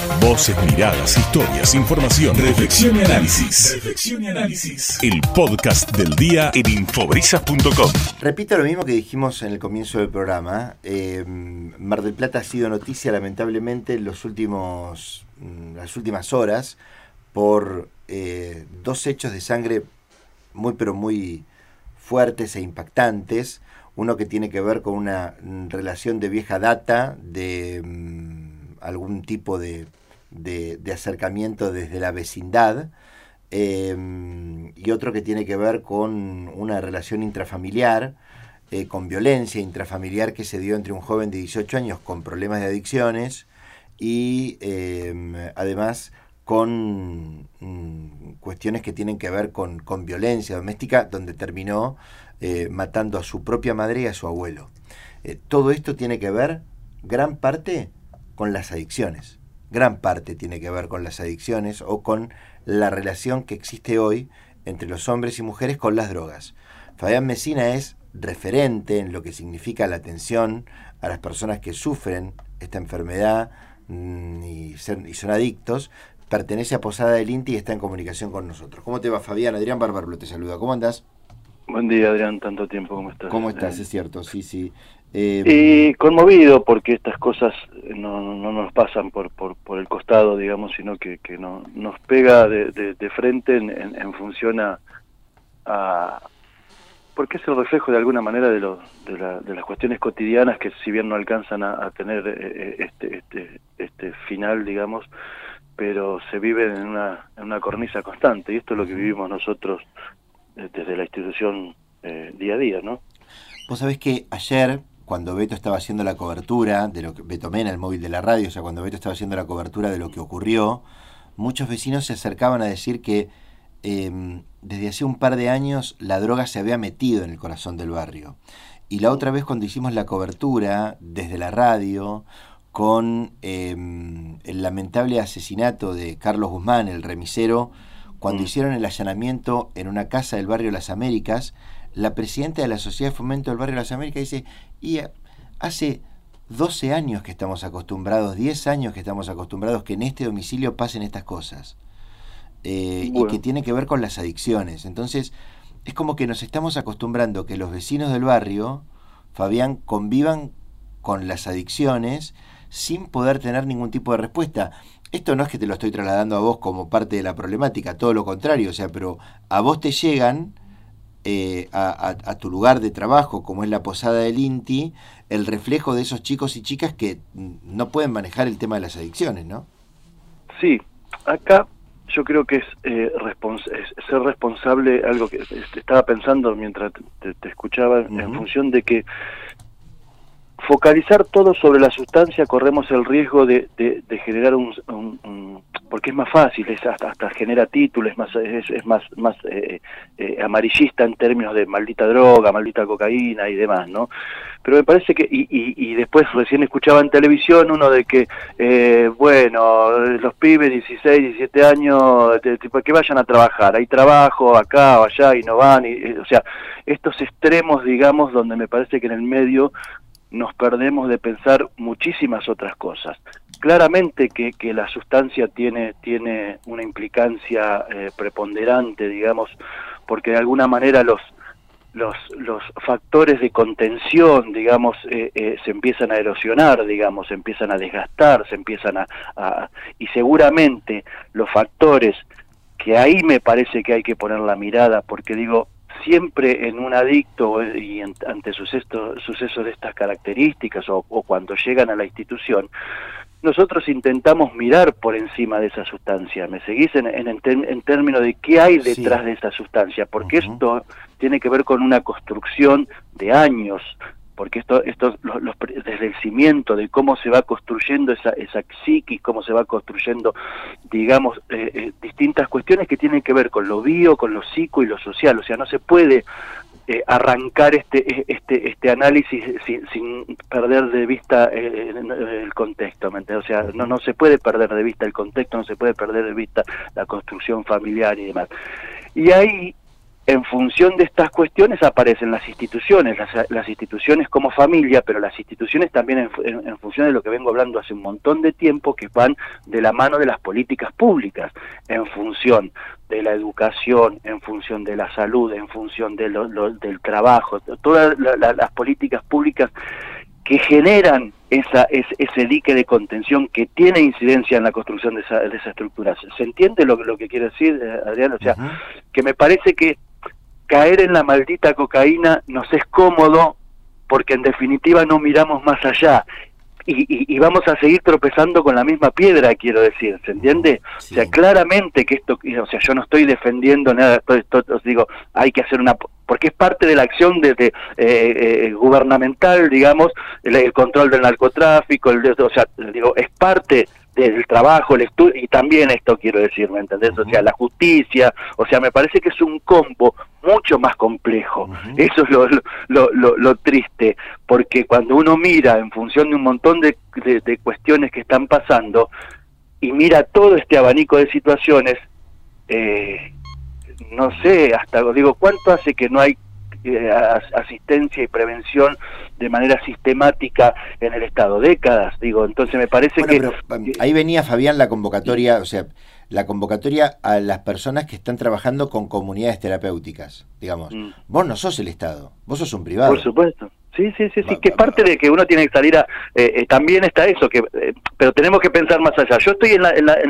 Voces, miradas, historias, información, reflexión y análisis. Reflexión y análisis. El podcast del día en infobrisas.com. Repito lo mismo que dijimos en el comienzo del programa. Mar del Plata ha sido noticia lamentablemente en las últimas horas por dos hechos de sangre muy fuertes e impactantes. Uno que tiene que ver con una relación de vieja data, de algún tipo de acercamiento desde la vecindad, y otro que tiene que ver con una relación intrafamiliar, con violencia intrafamiliar que se dio entre un joven de 18 años con problemas de adicciones y además con cuestiones que tienen que ver con violencia doméstica, donde terminó matando a su propia madre y a su abuelo. Todo esto tiene que ver, gran parte, con las adicciones. Gran parte tiene que ver con las adicciones o con la relación que existe hoy entre los hombres y mujeres con las drogas. Fabián Mesina es referente en lo que significa la atención a las personas que sufren esta enfermedad y son adictos. Pertenece a Posada del Inti y está en comunicación con nosotros. ¿Cómo te va, Fabián? Adrián Bárbaro te saluda. ¿Cómo andás? Buen día, Adrián, tanto tiempo, ¿cómo estás? ¿Cómo estás? Es cierto, sí. Y conmovido porque estas cosas no nos pasan por el costado, digamos, sino que nos pega de frente en función a porque es el reflejo de alguna manera de las cuestiones cotidianas que, si bien no alcanzan a tener este final, digamos, pero se viven en una cornisa constante, y esto es lo que vivimos nosotros desde la institución día a día, ¿no? Vos sabés que ayer, cuando Beto estaba haciendo la cobertura de lo que Beto Mena, el móvil de la radio, o sea, cuando Beto estaba haciendo la cobertura de lo que ocurrió, muchos vecinos se acercaban a decir que desde hace un par de años la droga se había metido en el corazón del barrio. Y la otra vez, cuando hicimos la cobertura desde la radio con el lamentable asesinato de Carlos Guzmán, el remisero, cuando hicieron el allanamiento en una casa del barrio Las Américas, la presidenta de la Sociedad de Fomento del barrio Las Américas dice, y hace 12 años que estamos acostumbrados, 10 años que estamos acostumbrados que en este domicilio pasen estas cosas, y que tiene que ver con las adicciones. Entonces, es como que nos estamos acostumbrando que los vecinos del barrio, Fabián, convivan con las adicciones sin poder tener ningún tipo de respuesta. Esto no es que te lo estoy trasladando a vos como parte de la problemática, todo lo contrario, o sea, pero a vos te llegan a tu lugar de trabajo, como es la Posada del Inti, el reflejo de esos chicos y chicas que no pueden manejar el tema de las adicciones, ¿no? Sí, acá yo creo que es ser responsable, algo que estaba pensando mientras te escuchaba, en función de que focalizar todo sobre la sustancia, corremos el riesgo de generar porque es más fácil, hasta genera títulos, es más amarillista en términos de maldita droga, maldita cocaína y demás, ¿no? Pero me parece que, y después recién escuchaba en televisión uno de que, los pibes 16, 17 años, que vayan a trabajar, hay trabajo acá o allá y no van, o sea, estos extremos, digamos, donde me parece que en el medio nos perdemos de pensar muchísimas otras cosas. Claramente que la sustancia tiene una implicancia preponderante, digamos, porque de alguna manera los factores de contención, digamos, se empiezan a erosionar, digamos, se empiezan a desgastar, se empiezan y seguramente los factores que ahí me parece que hay que poner la mirada, porque digo, siempre en un adicto y ante sucesos de estas características o cuando llegan a la institución, nosotros intentamos mirar por encima de esa sustancia. ¿Me seguís en términos de qué hay detrás de esa sustancia? Porque esto tiene que ver con una construcción de años, porque esto desde el cimiento de cómo se va construyendo esa psiquis, cómo se va construyendo, digamos, distintas cuestiones que tienen que ver con lo bio, con lo psico y lo social. O sea, no se puede arrancar este análisis sin perder de vista el contexto, ¿me entiendes? O sea, no se puede perder de vista el contexto, no se puede perder de vista la construcción familiar y demás. Y ahí en función de estas cuestiones aparecen las instituciones, las instituciones como familia, pero las instituciones también en función de lo que vengo hablando hace un montón de tiempo, que van de la mano de las políticas públicas, en función de la educación, en función de la salud, en función de del trabajo, todas las políticas públicas que generan ese dique de contención que tiene incidencia en la construcción de esa estructura. ¿Se entiende lo que quiere decir, Adrián? O sea, que me parece que caer en la maldita cocaína nos es cómodo porque en definitiva no miramos más allá y vamos a seguir tropezando con la misma piedra, quiero decir, ¿se entiende? Sí. O sea, claramente que esto, o sea, yo no estoy defendiendo nada, os digo, hay que hacer porque es parte de la acción gubernamental, digamos, el control del narcotráfico, o sea, digo, es parte del trabajo, el estudio, y también esto quiero decir, ¿me entendés? O sea, la justicia, o sea, me parece que es un combo mucho más complejo. Eso es lo triste, porque cuando uno mira en función de un montón de cuestiones que están pasando, y mira todo este abanico de situaciones, no sé, hasta digo, ¿cuánto hace que no hay asistencia y prevención de manera sistemática en el Estado? Décadas, digo, entonces me parece pero ahí venía, Fabián, la convocatoria, o sea, la convocatoria a las personas que están trabajando con comunidades terapéuticas, digamos. Vos no sos el Estado, vos sos un privado. Por supuesto. Sí, que parte de que uno tiene que salir también está eso, pero tenemos que pensar más allá. Yo estoy en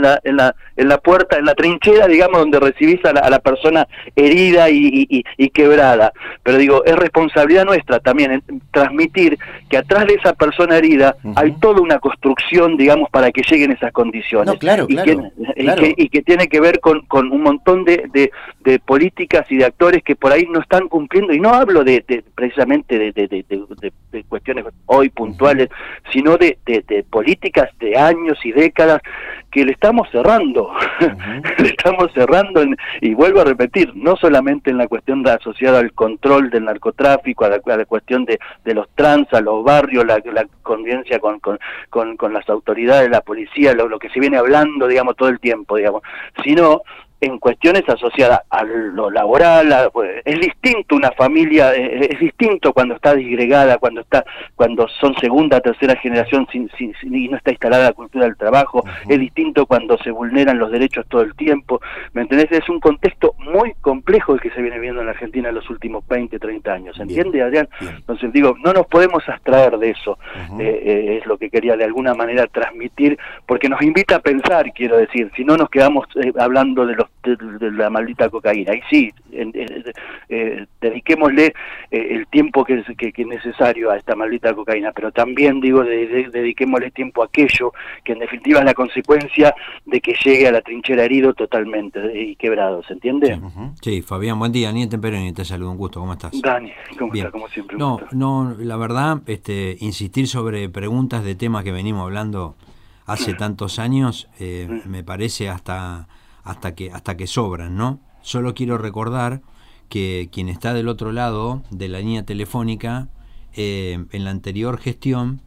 la puerta, en la trinchera, digamos, donde recibís a la persona herida y quebrada, pero digo, es responsabilidad nuestra también en transmitir que atrás de esa persona herida hay toda una construcción, digamos, para que lleguen esas condiciones. No, claro. Y que tiene que ver con un montón de políticas y de actores que por ahí no están cumpliendo, y no hablo precisamente de cuestiones hoy puntuales, sino de políticas de años y décadas que le estamos cerrando, le estamos cerrando, y vuelvo a repetir, no solamente en la cuestión asociada al control del narcotráfico, a la cuestión de los trans, a los barrios, la convivencia con las autoridades, la policía, lo que se viene hablando, digamos, todo el tiempo, digamos, sino en cuestiones asociadas a lo laboral. Es distinto una familia, es distinto cuando está disgregada, cuando son segunda, tercera generación y no está instalada la cultura del trabajo, es distinto cuando se vulneran los derechos todo el tiempo, ¿me entendés? Es un contexto muy complejo el que se viene viendo en la Argentina en los últimos 20, 30 años, ¿entiende, Adrián? Entonces digo, no nos podemos abstraer de eso, es lo que quería de alguna manera transmitir, porque nos invita a pensar, quiero decir, si no nos quedamos hablando de la maldita cocaína. Y sí, dediquémosle el tiempo que es necesario a esta maldita cocaína, pero también digo, dediquémosle tiempo a aquello que en definitiva es la consecuencia de que llegue a la trinchera herido totalmente y quebrado, ¿se entiende? Sí, Fabián, buen día. Daniel Temperoni te saludo, un gusto, ¿cómo estás? Dani, ¿cómo estás? Como siempre. No, la verdad, insistir sobre preguntas de temas que venimos hablando hace tantos años, me parece hasta que sobran, ¿no? Solo quiero recordar que quien está del otro lado de la línea telefónica, en la anterior gestión,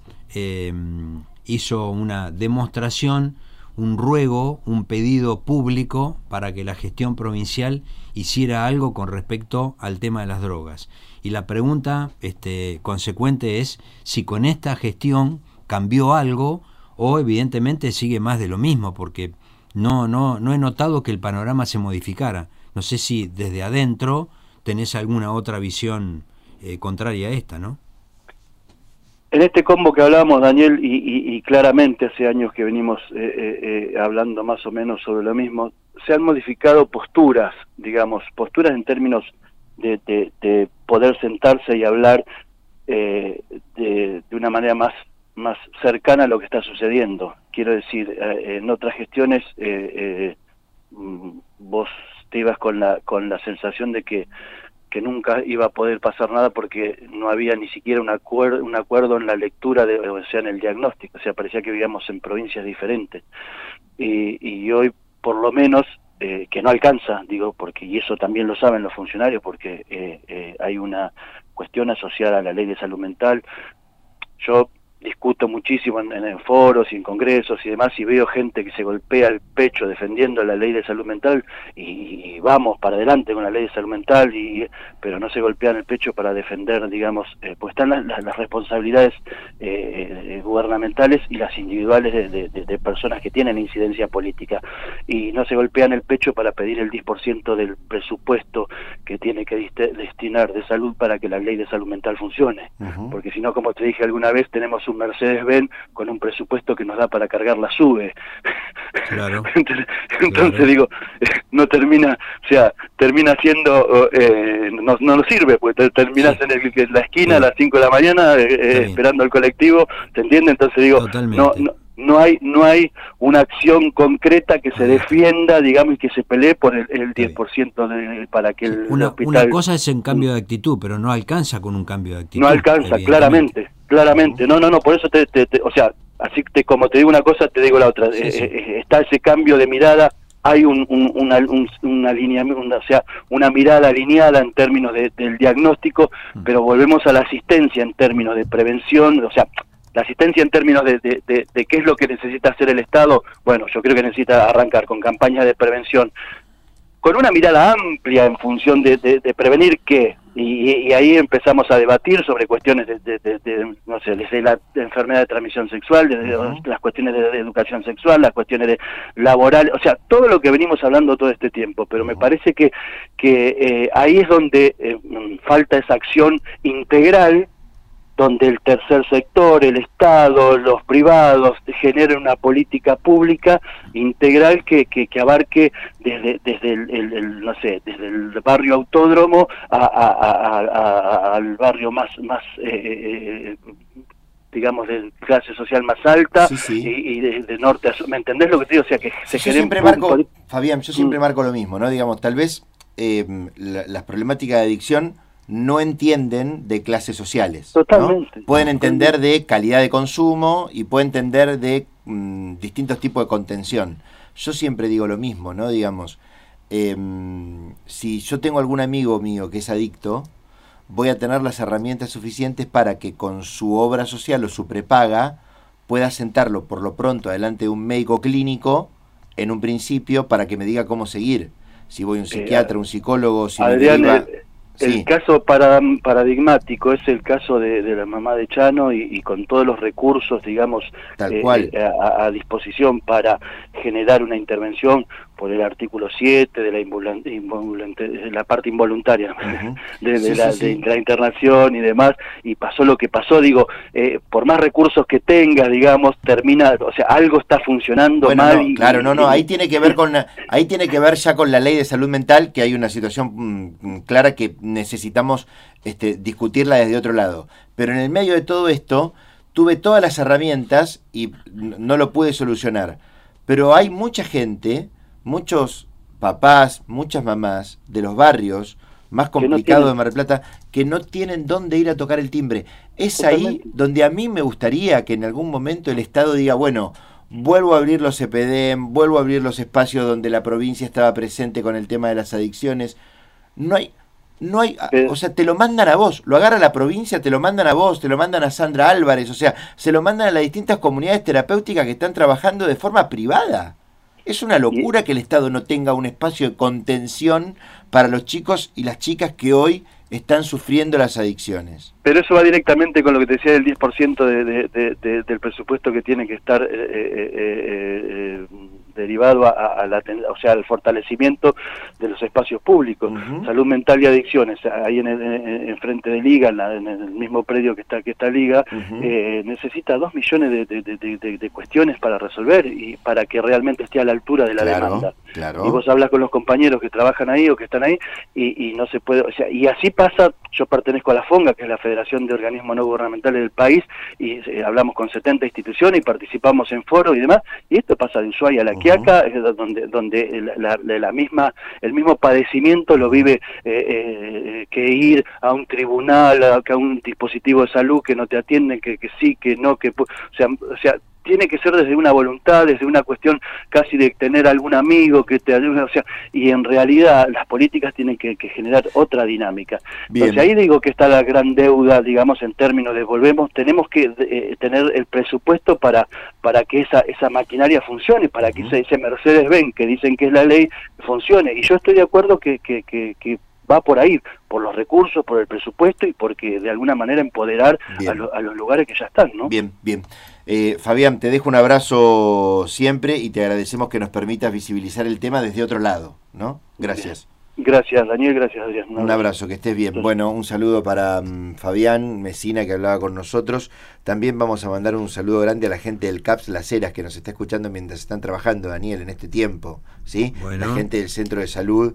hizo una demostración, un ruego, un pedido público para que la gestión provincial hiciera algo con respecto al tema de las drogas. Y la pregunta consecuente es si con esta gestión cambió algo o evidentemente sigue más de lo mismo, porque no he notado que el panorama se modificara. No sé si desde adentro tenés alguna otra visión contraria a esta, ¿no? En este combo que hablábamos, Daniel, y claramente hace años que venimos hablando más o menos sobre lo mismo, se han modificado posturas, digamos, posturas en términos de poder sentarse y hablar de una manera más cercana a lo que está sucediendo. Quiero decir, en otras gestiones vos te ibas con la sensación de que nunca iba a poder pasar nada porque no había ni siquiera un acuerdo en la lectura, o sea, en el diagnóstico. O sea, parecía que vivíamos en provincias diferentes. Y hoy, por lo menos, que no alcanza, digo, y eso también lo saben los funcionarios, porque hay una cuestión asociada a la ley de salud mental. Yo discuto muchísimo en foros y en congresos y demás, y veo gente que se golpea el pecho defendiendo la ley de salud mental, y vamos para adelante con la ley de salud mental, pero no se golpean el pecho para defender, digamos, pues están las responsabilidades gubernamentales y las individuales de personas que tienen incidencia política, y no se golpean el pecho para pedir el 10% del presupuesto que tiene que destinar de salud para que la ley de salud mental funcione, porque si no, como te dije alguna vez, tenemos un Mercedes-Benz con un presupuesto que nos da para cargar la SUBE. Claro. Entonces digo, no termina, o sea, termina siendo, no nos sirve, pues terminás en la esquina a las 5 de la mañana esperando al colectivo, ¿te entiende? Entonces digo, no hay una acción concreta que se defienda, digamos, y que se pelee por el 10% para que el una hospital... Una cosa es un cambio de actitud, pero no alcanza con un cambio de actitud. No alcanza, claramente. No, por eso o sea, así como te digo una cosa, te digo la otra. Está ese cambio de mirada, hay un alineamiento, o sea, una mirada alineada en términos del diagnóstico, pero volvemos a la asistencia en términos de prevención, o sea, la asistencia en términos de qué es lo que necesita hacer el Estado. Bueno, yo creo que necesita arrancar con campañas de prevención, con una mirada amplia en función de prevenir qué, y ahí empezamos a debatir sobre cuestiones no sé, desde la enfermedad de transmisión sexual, desde las cuestiones de educación sexual, las cuestiones de laborales, o sea, todo lo que venimos hablando todo este tiempo, pero me parece que ahí es donde falta esa acción integral, donde el tercer sector, el Estado, los privados generen una política pública integral que abarque desde el no sé, desde el barrio Autódromo al barrio más digamos, de clase social más alta, y de norte a sur. ¿Me entendés lo que te digo? O sea, que se generen... Fabián, yo siempre marco lo mismo, ¿no? Digamos, tal vez las problemáticas de adicción no entienden de clases sociales. Totalmente. ¿No? Pueden entender de calidad de consumo y pueden entender de distintos tipos de contención. Yo siempre digo lo mismo, ¿no? Digamos, si yo tengo algún amigo mío que es adicto, voy a tener las herramientas suficientes para que con su obra social o su prepaga pueda sentarlo por lo pronto delante de un médico clínico en un principio para que me diga cómo seguir. Si voy a un psiquiatra, un psicólogo, si Adrián, me deriva... El caso paradigmático es el caso de la mamá de Chano, y con todos los recursos, digamos, tal cual, a disposición para generar una intervención por el artículo 7 de la parte involuntaria de la internación y demás, y pasó lo que pasó. Digo, por más recursos que tengas, digamos, termina, o sea, algo está funcionando mal. Ahí tiene que ver ya con la ley de salud mental, que hay una situación clara que necesitamos discutirla desde otro lado. Pero en el medio de todo esto tuve todas las herramientas y no lo pude solucionar. Pero hay mucha gente, muchos papás, muchas mamás de los barrios más complicados de Mar del Plata, que no tienen dónde ir a tocar el timbre. Es totalmente ahí donde a mí me gustaría que en algún momento el Estado diga, bueno, vuelvo a abrir los CPDEM, vuelvo a abrir los espacios donde la provincia estaba presente con el tema de las adicciones. No hay, o sea, te lo mandan a vos, lo agarra la provincia, te lo mandan a vos, te lo mandan a Sandra Álvarez, o sea, se lo mandan a las distintas comunidades terapéuticas que están trabajando de forma privada. Es una locura que el Estado no tenga un espacio de contención para los chicos y las chicas que hoy están sufriendo las adicciones. Pero eso va directamente con lo que te decía del 10% del presupuesto que tiene que estar derivado o sea, al fortalecimiento de los espacios públicos. Salud mental y adicciones, ahí en frente de Liga, en el mismo predio que está Liga, necesita 2 millones de cuestiones para resolver y para que realmente esté a la altura de la demanda. Claro. Y vos hablas con los compañeros que trabajan ahí o que están ahí, y no se puede, o sea, y así pasa. Yo pertenezco a la FONGA, que es la Federación de Organismos No Gubernamentales del país, y hablamos con 70 instituciones y participamos en foros y demás, y esto pasa de Ushuaia a La Quiaca, donde el mismo padecimiento lo vive que ir a un tribunal, a un dispositivo de salud que no te atienden, que sí, que no, o sea, tiene que ser desde una voluntad, desde una cuestión casi de tener algún amigo que te ayude, o sea, y en realidad las políticas tienen que generar otra dinámica. Bien. Entonces ahí digo que está la gran deuda, digamos, en términos de tenemos que tener el presupuesto para que esa maquinaria funcione, para que ese Mercedes-Benz que dicen que es la ley funcione, y yo estoy de acuerdo que va por ahí, por los recursos, por el presupuesto y porque de alguna manera empoderar a los lugares que ya están, ¿no? Bien, bien. Fabián, te dejo un abrazo siempre y te agradecemos que nos permitas visibilizar el tema desde otro lado, ¿no? Gracias. Bien. Gracias, Daniel, gracias, Adrián. Un abrazo, que estés bien. Bueno, un saludo para Fabián Mesina, que hablaba con nosotros. También vamos a mandar un saludo grande a la gente del CAPS Las Heras, que nos está escuchando mientras están trabajando, Daniel, en este tiempo, ¿sí? Bueno. La gente del Centro de Salud,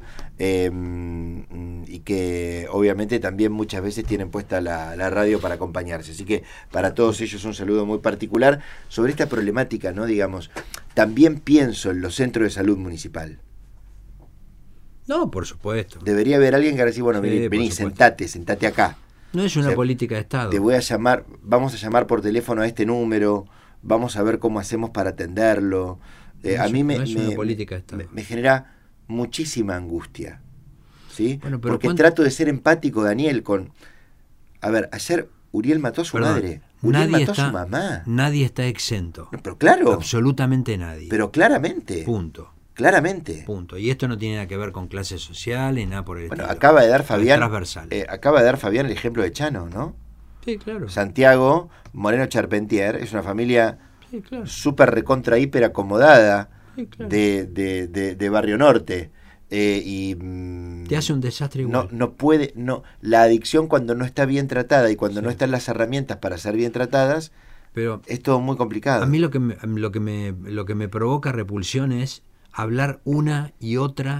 y que obviamente también muchas veces tienen puesta la radio para acompañarse. Así que para todos ellos un saludo muy particular sobre esta problemática, ¿no? Digamos, también pienso en los centros de salud municipal. No, por supuesto. Debería haber alguien que ahora sí, bueno, Sí, vení, sentate acá. No es una política de Estado. Te voy a llamar, vamos a llamar por teléfono a este número, vamos a ver cómo hacemos para atenderlo. A mí no es una política de Estado. me genera muchísima angustia, ¿sí? Bueno, pero porque trato de ser empático, Daniel, con... A ver, ayer Uriel mató a su madre, Uriel mató a su mamá. Nadie está exento. No, pero claro. Absolutamente nadie. Pero claramente. Punto. Claramente. Punto. Y esto no tiene nada que ver con clases sociales, nada por el Bueno, estilo. acaba de dar Fabián. Transversal. Acaba de dar Fabián el ejemplo de Chano, ¿no? Sí, claro. Santiago Moreno Charpentier es una familia Sí, claro. súper recontra hiper acomodada, Sí, claro. de Barrio Norte. Te hace un desastre igual. No puede, la adicción cuando no está bien tratada y cuando no están las herramientas para ser bien tratadas, pero es todo muy complicado. A mí lo que me provoca repulsión es hablar una y otra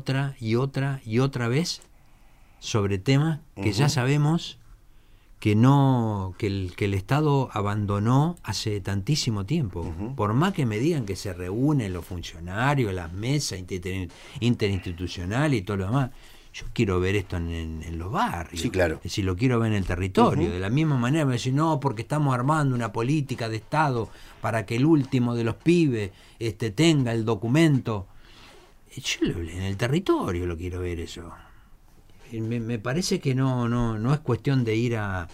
vez sobre temas que ya sabemos que el Estado abandonó hace tantísimo tiempo. Por más que me digan que se reúnen los funcionarios, las mesas interinstitucionales y todo lo demás, yo quiero ver esto en los barrios. Sí, claro. Es decir, lo quiero ver en el territorio. De la misma manera me dicen, no, porque estamos armando una política de Estado para que el último de los pibes tenga el documento. Yo en el territorio lo quiero ver eso. Me parece que no es cuestión de ir a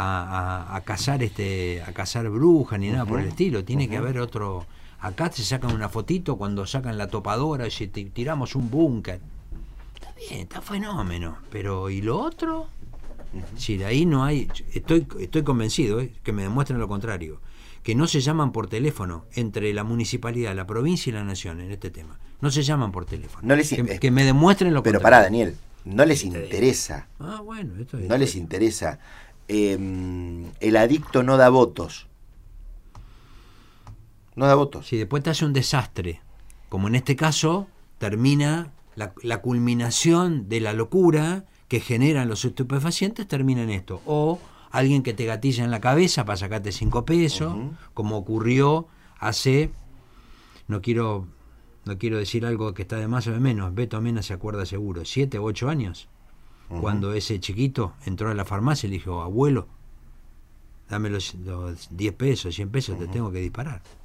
cazar brujas ni nada por el estilo. Tiene que haber otro. Acá se sacan una fotito cuando sacan la topadora y tiramos un búnker. Está bien, está fenómeno. Pero ¿y lo otro? Si ahí no hay. Estoy convencido, que me demuestren lo contrario. Que no se llaman por teléfono entre la municipalidad, la provincia y la nación en este tema. No se llaman por teléfono. No les que me demuestren lo pero contrario. pará, Daniel, no les interesa. Bueno, esto no les interesa. El adicto no da votos. No da votos. Si después te hace un desastre, como en este caso, termina la culminación de la locura que generan los estupefacientes, termina en esto. O alguien que te gatilla en la cabeza para sacarte 5 pesos, como ocurrió hace, no quiero decir algo que está de más o de menos, Beto Mena se acuerda seguro, 7 u 8 años, cuando ese chiquito entró a la farmacia y le dijo, abuelo, dame los 10 pesos, 100 pesos, te tengo que disparar.